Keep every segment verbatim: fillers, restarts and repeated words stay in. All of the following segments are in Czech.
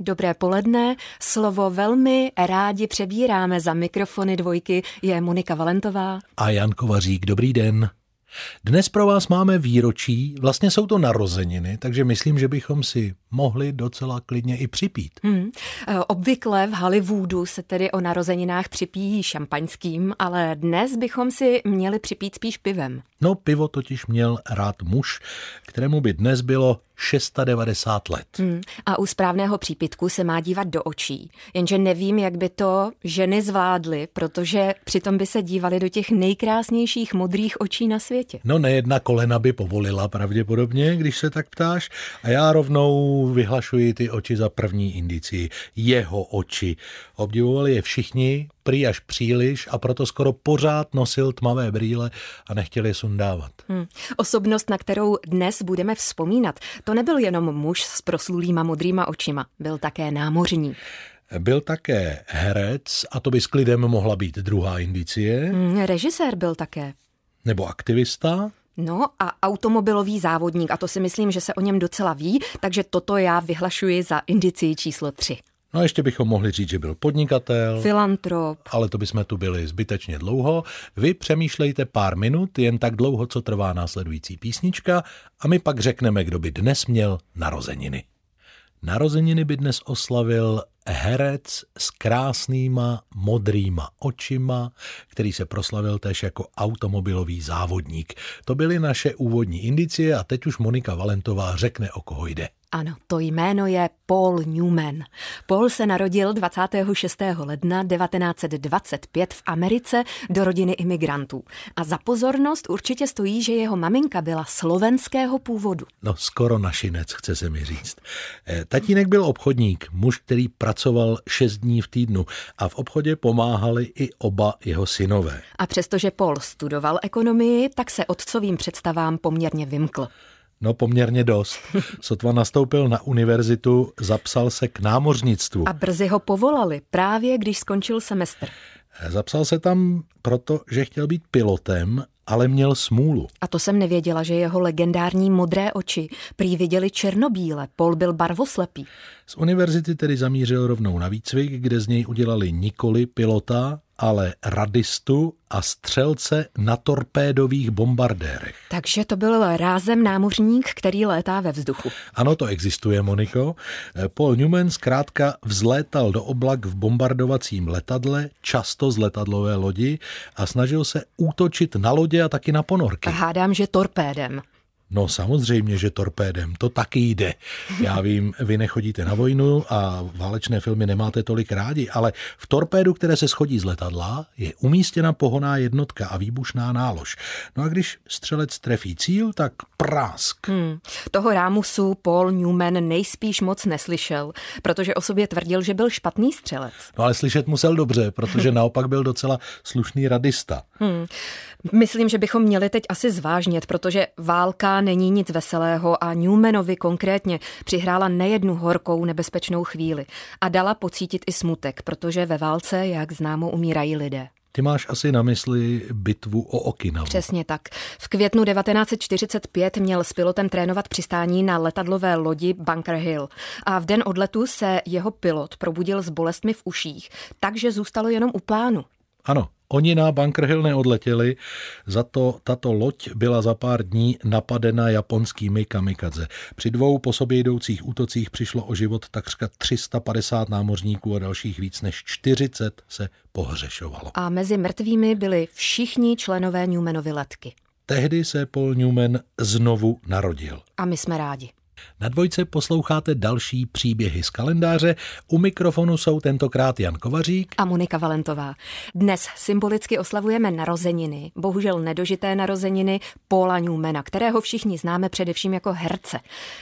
Dobré poledne. Slovo velmi rádi přebíráme. Za mikrofony Dvojky je Monika Valentová a Jan Kovařík. Dobrý den. Dnes pro vás máme výročí, vlastně jsou to narozeniny, takže myslím, že bychom si mohli docela klidně i připít. Hmm. Obvykle v Hollywoodu se tedy o narozeninách připíjí šampaňským, ale dnes bychom si měli připít spíš pivem. No, pivo totiž měl rád muž, kterému by dnes bylo devadesát šest let. Hmm. A u správného přípitku se má dívat do očí. Jenže nevím, jak by to ženy zvládly, protože přitom by se dívaly do těch nejkrásnějších modrých očí na světě. No, nejedna kolena by povolila pravděpodobně, když se tak ptáš. A já rovnou vyhlašuji ty oči za první indicii. Jeho oči. Obdivovali je všichni, prý až příliš, a proto skoro pořád nosil tmavé brýle a nechtěli je sundávat. Hmm. Osobnost, na kterou dnes budeme vzpomínat, to nebyl jenom muž s proslulýma modrýma očima, byl také námořník. Byl také herec, a to by s klidem mohla být druhá indicie. Hmm, režisér byl také. Nebo aktivista. No a automobilový závodník, a to si myslím, že se o něm docela ví, takže toto já vyhlašuji za indicii číslo tři. No a ještě bychom mohli říct, že byl podnikatel. Filantrop. Ale to bychom tu byli zbytečně dlouho. Vy přemýšlejte pár minut, jen tak dlouho, co trvá následující písnička, a my pak řekneme, kdo by dnes měl narozeniny. Narozeniny by dnes oslavil herec s krásnýma modrýma očima, který se proslavil též jako automobilový závodník. To byly naše úvodní indicie a teď už Monika Valentová řekne, o koho jde. Ano, to jméno je Paul Newman. Paul se narodil dvacátého šestého ledna devatenáct set dvacet pět v Americe do rodiny imigrantů. A za pozornost určitě stojí, že jeho maminka byla slovenského původu. No, skoro našinec, chce se mi říct. Tatínek byl obchodník, muž, který pracoval šest dní v týdnu, a v obchodě pomáhali i oba jeho synové. A přestože Paul studoval ekonomii, tak se otcovým představám poměrně vymkl. No, poměrně dost. Sotva nastoupil na univerzitu, zapsal se k námořnictvu. A brzy ho povolali, právě když skončil semestr. Zapsal se tam proto, že chtěl být pilotem, ale měl smůlu. A to jsem nevěděla, že jeho legendární modré oči prý viděli černobíle. Paul byl barvoslepý. Z univerzity tedy zamířil rovnou na výcvik, kde z něj udělali nikoli pilota, ale radistu a střelce na torpédových bombardérech. Takže to byl rázem námořník, který létá ve vzduchu. Ano, to existuje, Moniko. Paul Newman zkrátka vzlétal do oblak v bombardovacím letadle, často z letadlové lodi, a snažil se útočit na lodě a taky na ponorky. A hádám, že torpédem. No, samozřejmě, že torpédem, to taky jde. Já vím, vy nechodíte na vojnu a válečné filmy nemáte tolik rádi, ale v torpédu, které se schodí z letadla, je umístěna pohonná jednotka a výbušná nálož. No a když střelec trefí cíl, tak prásk. Hmm. Toho rámusu Paul Newman nejspíš moc neslyšel, protože o sobě tvrdil, že byl špatný střelec. No ale slyšet musel dobře, protože naopak byl docela slušný radista. Hmm. Myslím, že bychom měli teď asi zvážnět, protože válka není nic veselého a Newmanovi konkrétně přihrála nejednu horkou nebezpečnou chvíli a dala pocítit i smutek, protože ve válce, jak známo, umírají lidé. Ty máš asi na mysli bitvu o Okinawu. Přesně tak. V květnu devatenáct set čtyřicet pět měl s pilotem trénovat přistání na letadlové lodi Bunker Hill. A v den odletu se jeho pilot probudil s bolestmi v uších, takže zůstalo jenom u plánu. Ano, oni na Bunker Hill neodletěli, za to tato loď byla za pár dní napadena japonskými kamikadze. Při dvou po sobě jdoucích útocích přišlo o život takřka tři sta padesát námořníků a dalších víc než čtyřicet se pohřešovalo. A mezi mrtvými byli všichni členové Newmanovy letky. Tehdy se Paul Newman znovu narodil. A my jsme rádi. Na Dvojce posloucháte další příběhy z kalendáře. U mikrofonu jsou tentokrát Jan Kovařík a Monika Valentová. Dnes symbolicky oslavujeme narozeniny, bohužel nedožité narozeniny Paula Newmana, kterého všichni známe především jako herce.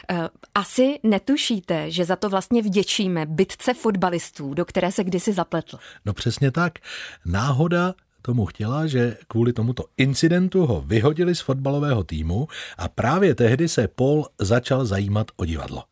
Asi netušíte, že za to vlastně vděčíme bitce fotbalistů, do které se kdysi zapletl. No přesně tak. Náhoda tomu chtěla, že kvůli tomuto incidentu ho vyhodili z fotbalového týmu a právě tehdy se Paul začal zajímat o divadlo.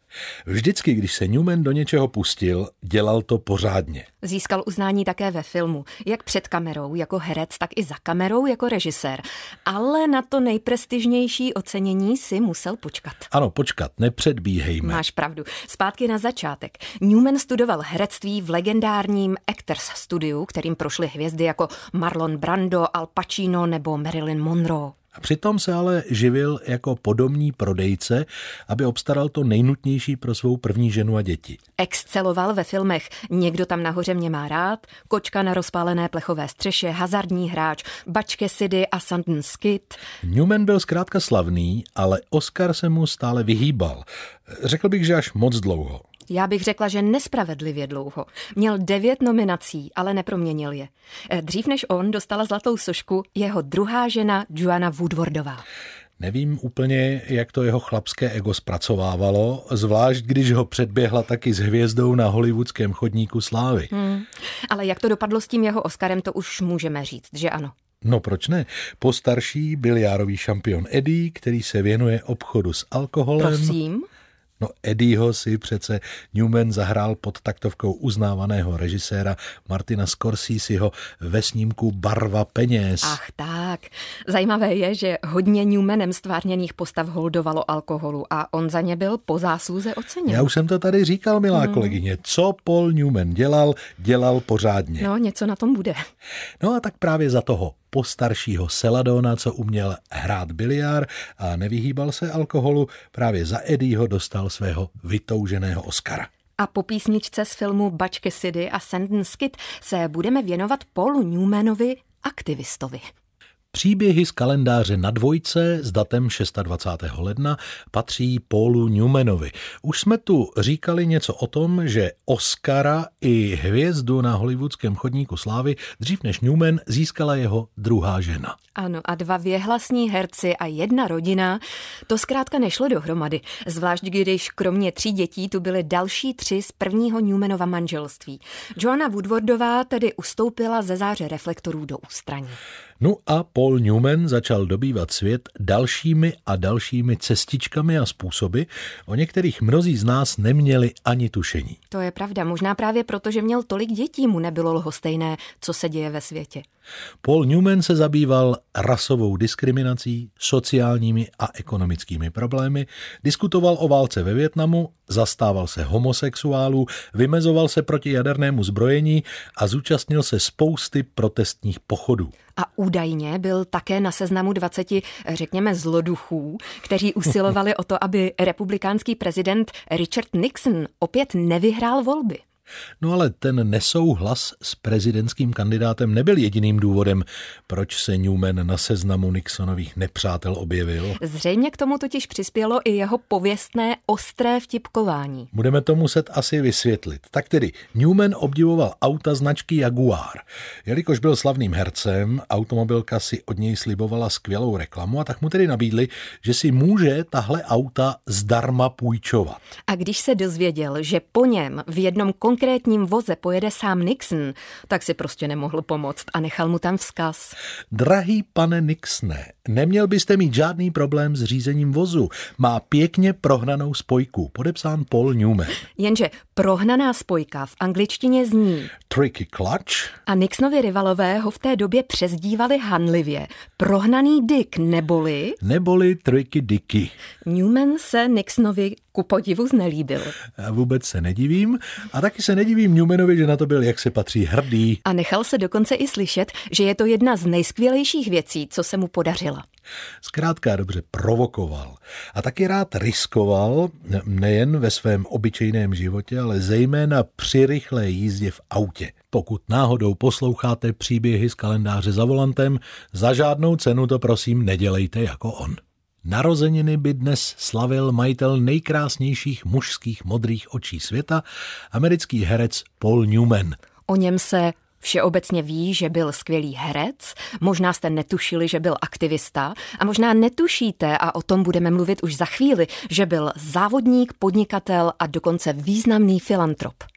Vždycky, když se Newman do něčeho pustil, dělal to pořádně. Získal uznání také ve filmu, jak před kamerou jako herec, tak i za kamerou jako režisér. Ale na to nejprestižnější ocenění si musel počkat. Ano, počkat, nepředbíhejme. Máš pravdu. Zpátky na začátek. Newman studoval herectví v legendárním Actors Studiu, kterým prošly hvězdy jako Marlon Brando, Al Pacino nebo Marilyn Monroe. A přitom se ale živil jako podomní prodejce, aby obstaral to nejnutnější pro svou první ženu a děti. Exceloval ve filmech Někdo tam nahoře mě má rád, Kočka na rozpálené plechové střeše, Hazardní hráč, Butch Cassidy a Sundance Kid. Newman byl zkrátka slavný, ale Oscar se mu stále vyhýbal. Řekl bych, že až moc dlouho. Já bych řekla, že nespravedlivě dlouho. Měl devět nominací, ale neproměnil je. Dřív než on dostala zlatou sošku jeho druhá žena Joanna Woodwardová. Nevím úplně, jak to jeho chlapské ego zpracovávalo, zvlášť když ho předběhla taky s hvězdou na hollywoodském chodníku slávy. Hmm. Ale jak to dopadlo s tím jeho Oscarem, to už můžeme říct, že ano. No proč ne? Postarší biliárový šampion Eddie, který se věnuje obchodu s alkoholem. Prosím? No Eddieho si přece Newman zahrál pod taktovkou uznávaného režiséra Martina Scorseseho ve snímku Barva peněz. Ach tak. Zajímavé je, že hodně Newmanem stvárněných postav holdovalo alkoholu a on za ně byl po zásluze oceněn. Já už jsem to tady říkal, milá hmm. kolegyně. Co Paul Newman dělal, dělal pořádně. No, něco na tom bude. No a tak právě za toho postaršího Celadona, co uměl hrát biliár a nevyhýbal se alkoholu, právě za Eddieho dostal svého vytouženého Oscara. A po písničce z filmu Butch Cassidy a Sundance Kid se budeme věnovat Paulu Newmanovi, aktivistovi. Příběhy z kalendáře na dvojce s datem dvacátého šestého ledna patří Paulu Newmanovi. Už jsme tu říkali něco o tom, že Oscara i hvězdu na hollywoodském chodníku slávy dřív než Newman získala jeho druhá žena. Ano, a dva věhlasní herci a jedna rodina, to zkrátka nešlo dohromady. Zvlášť když kromě tří dětí tu byly další tři z prvního Newmanova manželství. Joanna Woodwardová tedy ustoupila ze záře reflektorů do ústraní. No a Paul Newman začal dobývat svět dalšími a dalšími cestičkami a způsoby, o některých mnozí z nás neměli ani tušení. To je pravda, možná právě proto, že měl tolik dětí, mu nebylo lhostejné, co se děje ve světě. Paul Newman se zabýval rasovou diskriminací, sociálními a ekonomickými problémy, diskutoval o válce ve Vietnamu, zastával se homosexuálů, vymezoval se proti jadernému zbrojení a zúčastnil se spousty protestních pochodů. A údajně byl také na seznamu dvaceti, řekněme, zloduchů, kteří usilovali o to, aby republikánský prezident Richard Nixon opět nevyhrál volby. No ale ten nesouhlas s prezidentským kandidátem nebyl jediným důvodem, proč se Newman na seznamu Nixonových nepřátel objevil. Zřejmě k tomu totiž přispělo i jeho pověstné ostré vtipkování. Budeme to muset asi vysvětlit. Tak tedy Newman obdivoval auta značky Jaguar. Jelikož byl slavným hercem, automobilka si od něj slibovala skvělou reklamu a tak mu tedy nabídli, že si může tahle auta zdarma půjčovat. A když se dozvěděl, že po něm v jednom konkrétním voze pojede sám Nixon, tak si prostě nemohl pomoct a nechal mu tam vzkaz. Drahý pane Nixone, neměl byste mít žádný problém s řízením vozu. Má pěkně prohnanou spojku. Podepsán Paul Newman. Jenže prohnaná spojka v angličtině zní Tricky clutch. A Nixonovi rivalové ho v té době přezdívali hanlivě prohnaný Dick neboli... Neboli Tricky Dicky. Newman se Nixonovi ku podivu znelíbil. A vůbec se nedivím. A taky se nedivím Newmanovi, že na to byl, jak se patří, hrdý. A nechal se dokonce i slyšet, že je to jedna z nejskvělejších věcí, co se mu podařila. Zkrátka dobře provokoval. A taky rád riskoval, nejen ve svém obyčejném životě, ale zejména při rychlé jízdě v autě. Pokud náhodou posloucháte příběhy z kalendáře za volantem, za žádnou cenu to prosím nedělejte jako on. Narozeniny by dnes slavil majitel nejkrásnějších mužských modrých očí světa, americký herec Paul Newman. O něm se všeobecně ví, že byl skvělý herec, možná jste netušili, že byl aktivista a možná netušíte, a o tom budeme mluvit už za chvíli, že byl závodník, podnikatel a dokonce významný filantrop.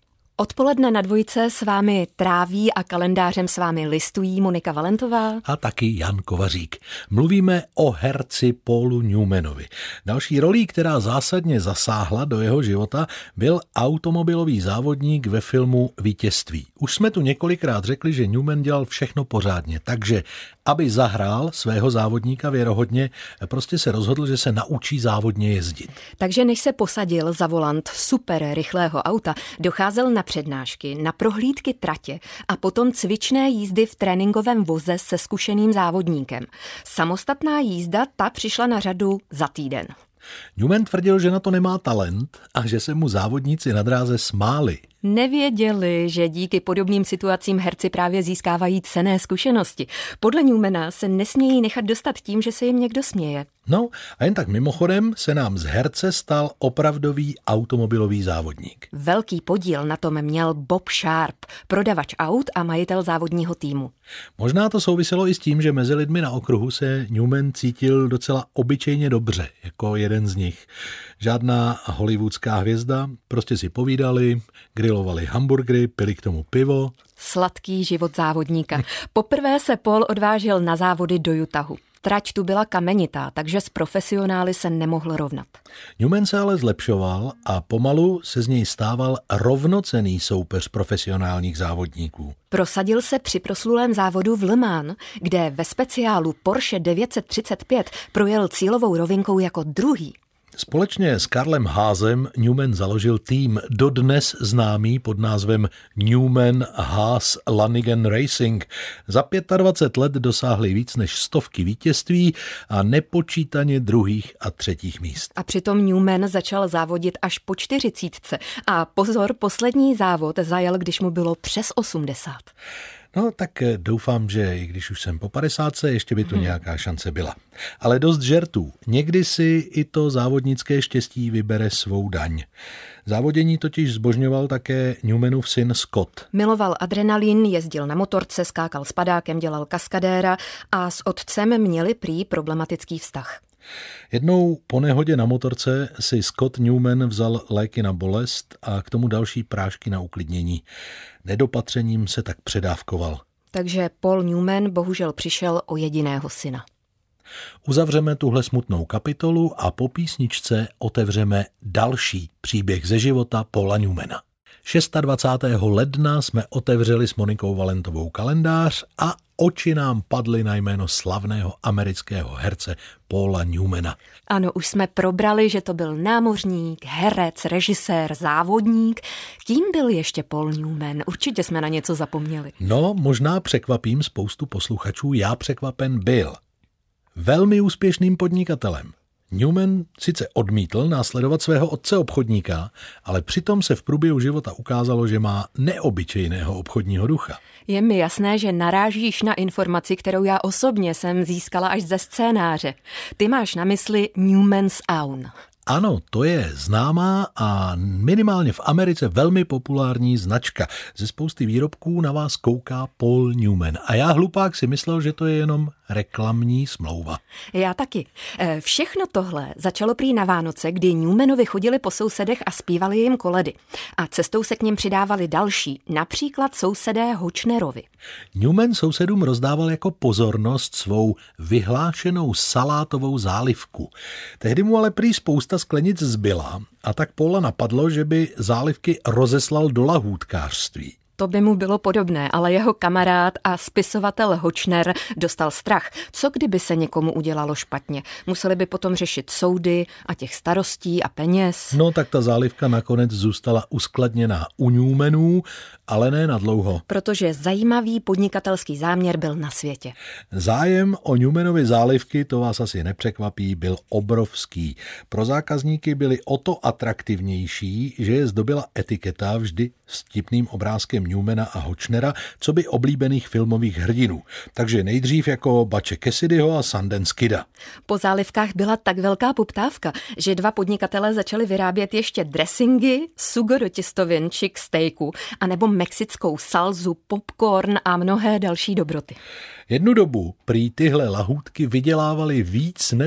Odpoledne na dvojce s vámi tráví a kalendářem s vámi listují Monika Valentová a taky Jan Kovařík. Mluvíme o herci Paulu Newmanovi. Další rolí, která zásadně zasáhla do jeho života, byl automobilový závodník ve filmu Vítězství. Už jsme tu několikrát řekli, že Newman dělal všechno pořádně, takže aby zahrál svého závodníka věrohodně, prostě se rozhodl, že se naučí závodně jezdit. Takže než se posadil za volant super rychlého auta, docházel na přednášky, na prohlídky tratě a potom cvičné jízdy v tréninkovém voze se zkušeným závodníkem. Samostatná jízda, ta přišla na řadu za týden. Newman tvrdil, že na to nemá talent a že se mu závodníci na dráze smáli. Nevěděli, že díky podobným situacím herci právě získávají cenné zkušenosti. Podle Newmana se nesmějí nechat dostat tím, že se jim někdo směje. No a jen tak mimochodem se nám z herce stal opravdový automobilový závodník. Velký podíl na tom měl Bob Sharp, prodavač aut a majitel závodního týmu. Možná to souviselo i s tím, že mezi lidmi na okruhu se Newman cítil docela obyčejně dobře, jako jeden z nich. Žádná hollywoodská hvězda, prostě si povídali, grilovali hamburgery, pili k tomu pivo. Sladký život závodníka. Poprvé se Paul odvážil na závody do Utahu. Trať tu byla kamenitá, takže s profesionály se nemohl rovnat. Newman se ale zlepšoval a pomalu se z něj stával rovnocenný soupeř profesionálních závodníků. Prosadil se při proslulém závodu v Le Mans, kde ve speciálu Porsche devět set třicet pět projel cílovou rovinkou jako druhý. Společně s Karlem Haasem Newman založil tým dodnes známý pod názvem Newman Haas Lanigan Racing. Za dvacet pět let dosáhli víc než stovky vítězství a nepočítaně druhých a třetích míst. A přitom Newman začal závodit až po čtyřicítce a pozor, poslední závod zajel, když mu bylo přes osmdesát. No tak doufám, že i když už jsem po padesátce, ještě by tu hmm. nějaká šance byla. Ale dost žertů. Někdy si i to závodnické štěstí vybere svou daň. Závodění totiž zbožňoval také Newmanův syn Scott. Miloval adrenalin, jezdil na motorce, skákal s padákem, dělal kaskadéra a s otcem měli prý problematický vztah. Jednou po nehodě na motorce si Scott Newman vzal léky na bolest a k tomu další prášky na uklidnění. Nedopatřením se tak předávkoval. Takže Paul Newman bohužel přišel o jediného syna. Uzavřeme tuhle smutnou kapitolu a po písničce otevřeme další příběh ze života Paula Newmana. dvacátého šestého ledna jsme otevřeli s Monikou Valentovou kalendář a oči nám padly na jméno slavného amerického herce Paula Newmana. Ano, už jsme probrali, že to byl námořník, herec, režisér, závodník. Kým byl ještě Paul Newman? Určitě jsme na něco zapomněli. No, možná překvapím spoustu posluchačů, já překvapen byl. Velmi úspěšným podnikatelem. Newman sice odmítl následovat svého otce obchodníka, ale přitom se v průběhu života ukázalo, že má neobyčejného obchodního ducha. Je mi jasné, že narážíš na informaci, kterou já osobně jsem získala až ze scénáře. Ty máš na mysli Newman's Own. Ano, to je známá a minimálně v Americe velmi populární značka. Ze spousty výrobků na vás kouká Paul Newman. A já hlupák si myslel, že to je jenom reklamní smlouva. Já taky. Všechno tohle začalo prý na Vánoce, kdy Newmanovi chodili po sousedech a zpívali jim koledy. A cestou se k nim přidávali další, například sousedé Hočnerovi. Newman sousedům rozdával jako pozornost svou vyhlášenou salátovou zálivku. Tehdy mu ale prý spousta sklenic zbyla a tak Paula napadlo, že by zálivky rozeslal do lahůdkářství. To by mu bylo podobné, ale jeho kamarád a spisovatel Hočner dostal strach. Co kdyby se někomu udělalo špatně? Museli by potom řešit soudy a těch starostí a peněz. No tak ta zálivka nakonec zůstala uskladněná u Newmanů, ale ne na dlouho. Protože zajímavý podnikatelský záměr byl na světě. Zájem o Newmanovy zálivky, to vás asi nepřekvapí, byl obrovský. Pro zákazníky byly o to atraktivnější, že je zdobila etiketa vždy s vtipným obrázkem Newmana a Hočnera, co by oblíbených filmových hrdinů. Takže nejdřív jako Butche Cassidyho a Sundance Kida. Po zálivkách byla tak velká poptávka, že dva podnikatelé začali vyrábět ještě dressingy, sugo do těstovin či k stejku, anebo mexickou salzu, popcorn a mnohé další dobroty. Jednu dobu prý tyhle lahůdky vydělávaly víc než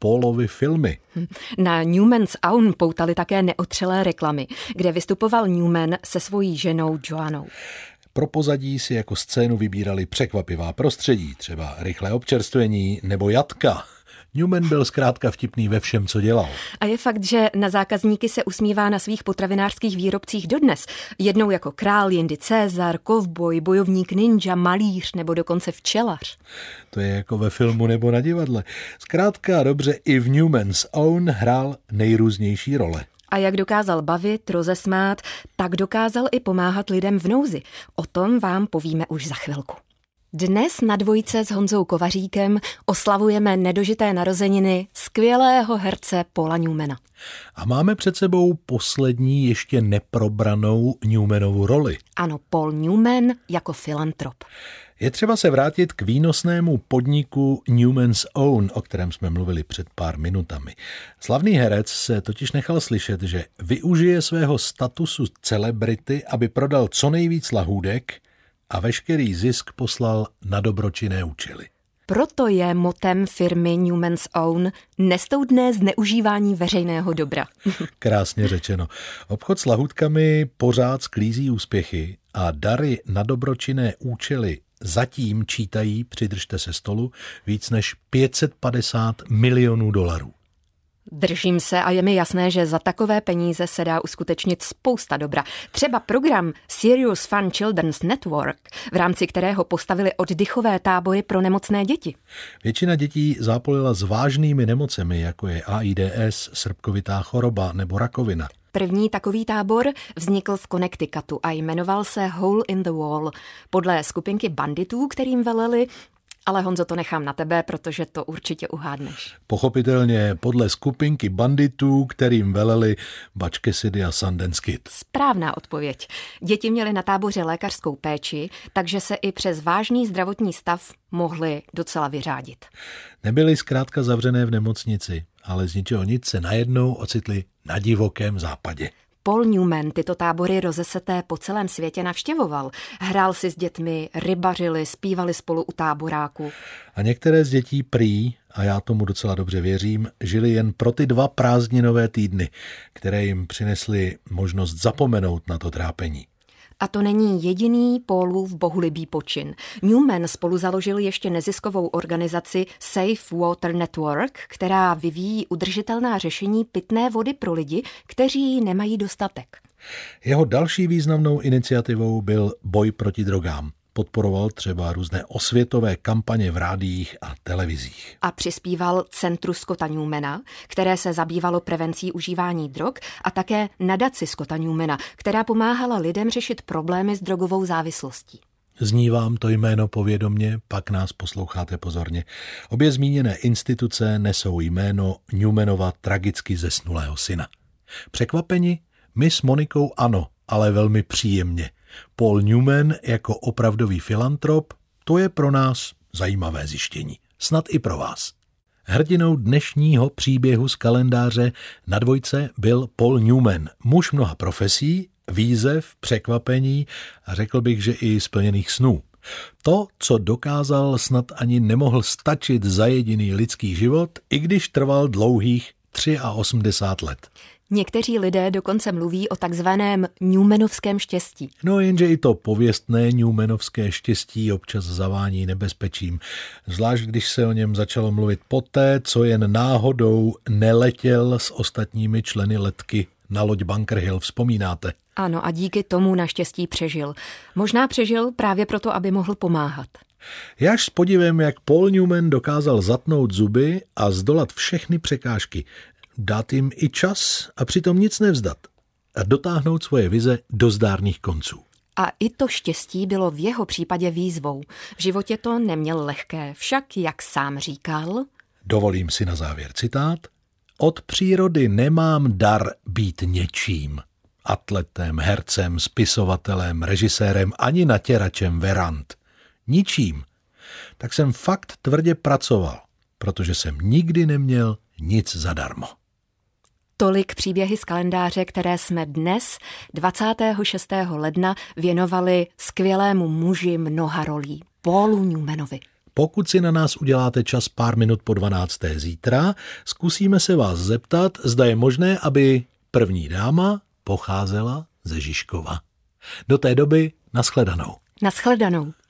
Paulovy filmy. Na Newman's Own poutali také neotřelé reklamy, kde vystupoval Newman se svojí ženou Joannou. Pro pozadí si jako scénu vybírali překvapivá prostředí, třeba rychlé občerstvení nebo jatka. Newman byl zkrátka vtipný ve všem, co dělal. A je fakt, že na zákazníky se usmívá na svých potravinářských výrobcích dodnes. Jednou jako král, jindy Cezar, kovboj, bojovník ninja, malíř nebo dokonce včelař. To je jako ve filmu nebo na divadle. Zkrátka dobře, i v Newman's Own hrál nejrůznější role. A jak dokázal bavit, rozesmát, tak dokázal i pomáhat lidem v nouzi. O tom vám povíme už za chvilku. Dnes na dvojce s Honzou Kovaříkem oslavujeme nedožité narozeniny skvělého herce Paula Newmana. A máme před sebou poslední ještě neprobranou Newmanovu roli. Ano, Paul Newman jako filantrop. Je třeba se vrátit k výnosnému podniku Newman's Own, o kterém jsme mluvili před pár minutami. Slavný herec se totiž nechal slyšet, že využije svého statusu celebrity, aby prodal co nejvíc lahůdek a veškerý zisk poslal na dobročinné účely. Proto je motem firmy Newman's Own nestoudné zneužívání veřejného dobra. Krásně řečeno. Obchod s lahůdkami pořád sklízí úspěchy a dary na dobročinné účely zatím čítají, přidržte se stolu, víc než pět set padesát milionů dolarů. Držím se a je mi jasné, že za takové peníze se dá uskutečnit spousta dobra. Třeba program Serious Fun Children's Network, v rámci kterého postavili oddychové tábory pro nemocné děti. Většina dětí zápolila s vážnými nemocemi, jako je A I D S, srpkovitá choroba nebo rakovina. První takový tábor vznikl v Connecticutu a jmenoval se Hole in the Wall, podle skupinky banditů, kterým veleli. Ale Honzo, to nechám na tebe, protože to určitě uhádneš. Pochopitelně podle skupinky banditů, kterým veleli Butch Cassidy a Sundance Kid. Správná odpověď. Děti měly na táboře lékařskou péči, takže se i přes vážný zdravotní stav mohly docela vyřádit. Nebyly zkrátka zavřené v nemocnici, ale z ničeho nic se najednou ocitli na divokém západě. Paul Newman tyto tábory rozeseté po celém světě navštěvoval. Hrál si s dětmi, rybařili, zpívali spolu u táboráku. A některé z dětí prý, a já tomu docela dobře věřím, žili jen pro ty dva prázdninové týdny, které jim přinesly možnost zapomenout na to trápení. A to není jediný Paulův bohulibý počin. Newman spolu založil ještě neziskovou organizaci Safe Water Network, která vyvíjí udržitelná řešení pitné vody pro lidi, kteří nemají dostatek. Jeho další významnou iniciativou byl boj proti drogám. Podporoval třeba různé osvětové kampaně v rádiích a televizích. A přispíval Centru Scotta Newmana, které se zabývalo prevencí užívání drog, a také nadaci Scotta Newmana, která pomáhala lidem řešit problémy s drogovou závislostí. Zní vám to jméno povědomně, pak nás posloucháte pozorně. Obě zmíněné instituce nesou jméno Newmanova tragicky zesnulého syna. Překvapeni? My s Monikou ano, ale velmi příjemně. Paul Newman jako opravdový filantrop, to je pro nás zajímavé zjištění. Snad i pro vás. Hrdinou dnešního příběhu z kalendáře na dvojce byl Paul Newman, muž mnoha profesí, výzev, překvapení a řekl bych, že i splněných snů. To, co dokázal, snad ani nemohl stačit za jediný lidský život, i když trval dlouhých osmdesát tři let. Někteří lidé dokonce mluví o takzvaném Newmanovském štěstí. No jenže i to pověstné Newmanovské štěstí občas zavání nebezpečím. Zvlášť když se o něm začalo mluvit poté, co jen náhodou neletěl s ostatními členy letky na loď Bunker Hill, vzpomínáte? Ano, a díky tomu naštěstí přežil. Možná přežil právě proto, aby mohl pomáhat. Je až s podivem, jak Paul Newman dokázal zatnout zuby a zdolat všechny překážky, dát jim i čas a přitom nic nevzdat a dotáhnout svoje vize do zdárných konců. A i to štěstí bylo v jeho případě výzvou. V životě to neměl lehké, však, jak sám říkal... Dovolím si na závěr citát. Od přírody nemám dar být něčím. Atletem, hercem, spisovatelem, režisérem ani natěračem verand. Ničím. Tak jsem fakt tvrdě pracoval, protože jsem nikdy neměl nic zadarmo. Tolik příběhy z kalendáře, které jsme dnes, dvacátého šestého ledna, věnovali skvělému muži mnoha rolí, Paulu Newmanovi. Pokud si na nás uděláte čas pár minut po dvanácté zítra, zkusíme se vás zeptat, zda je možné, aby první dáma pocházela ze Žižkova. Do té doby nashledanou. Nashledanou.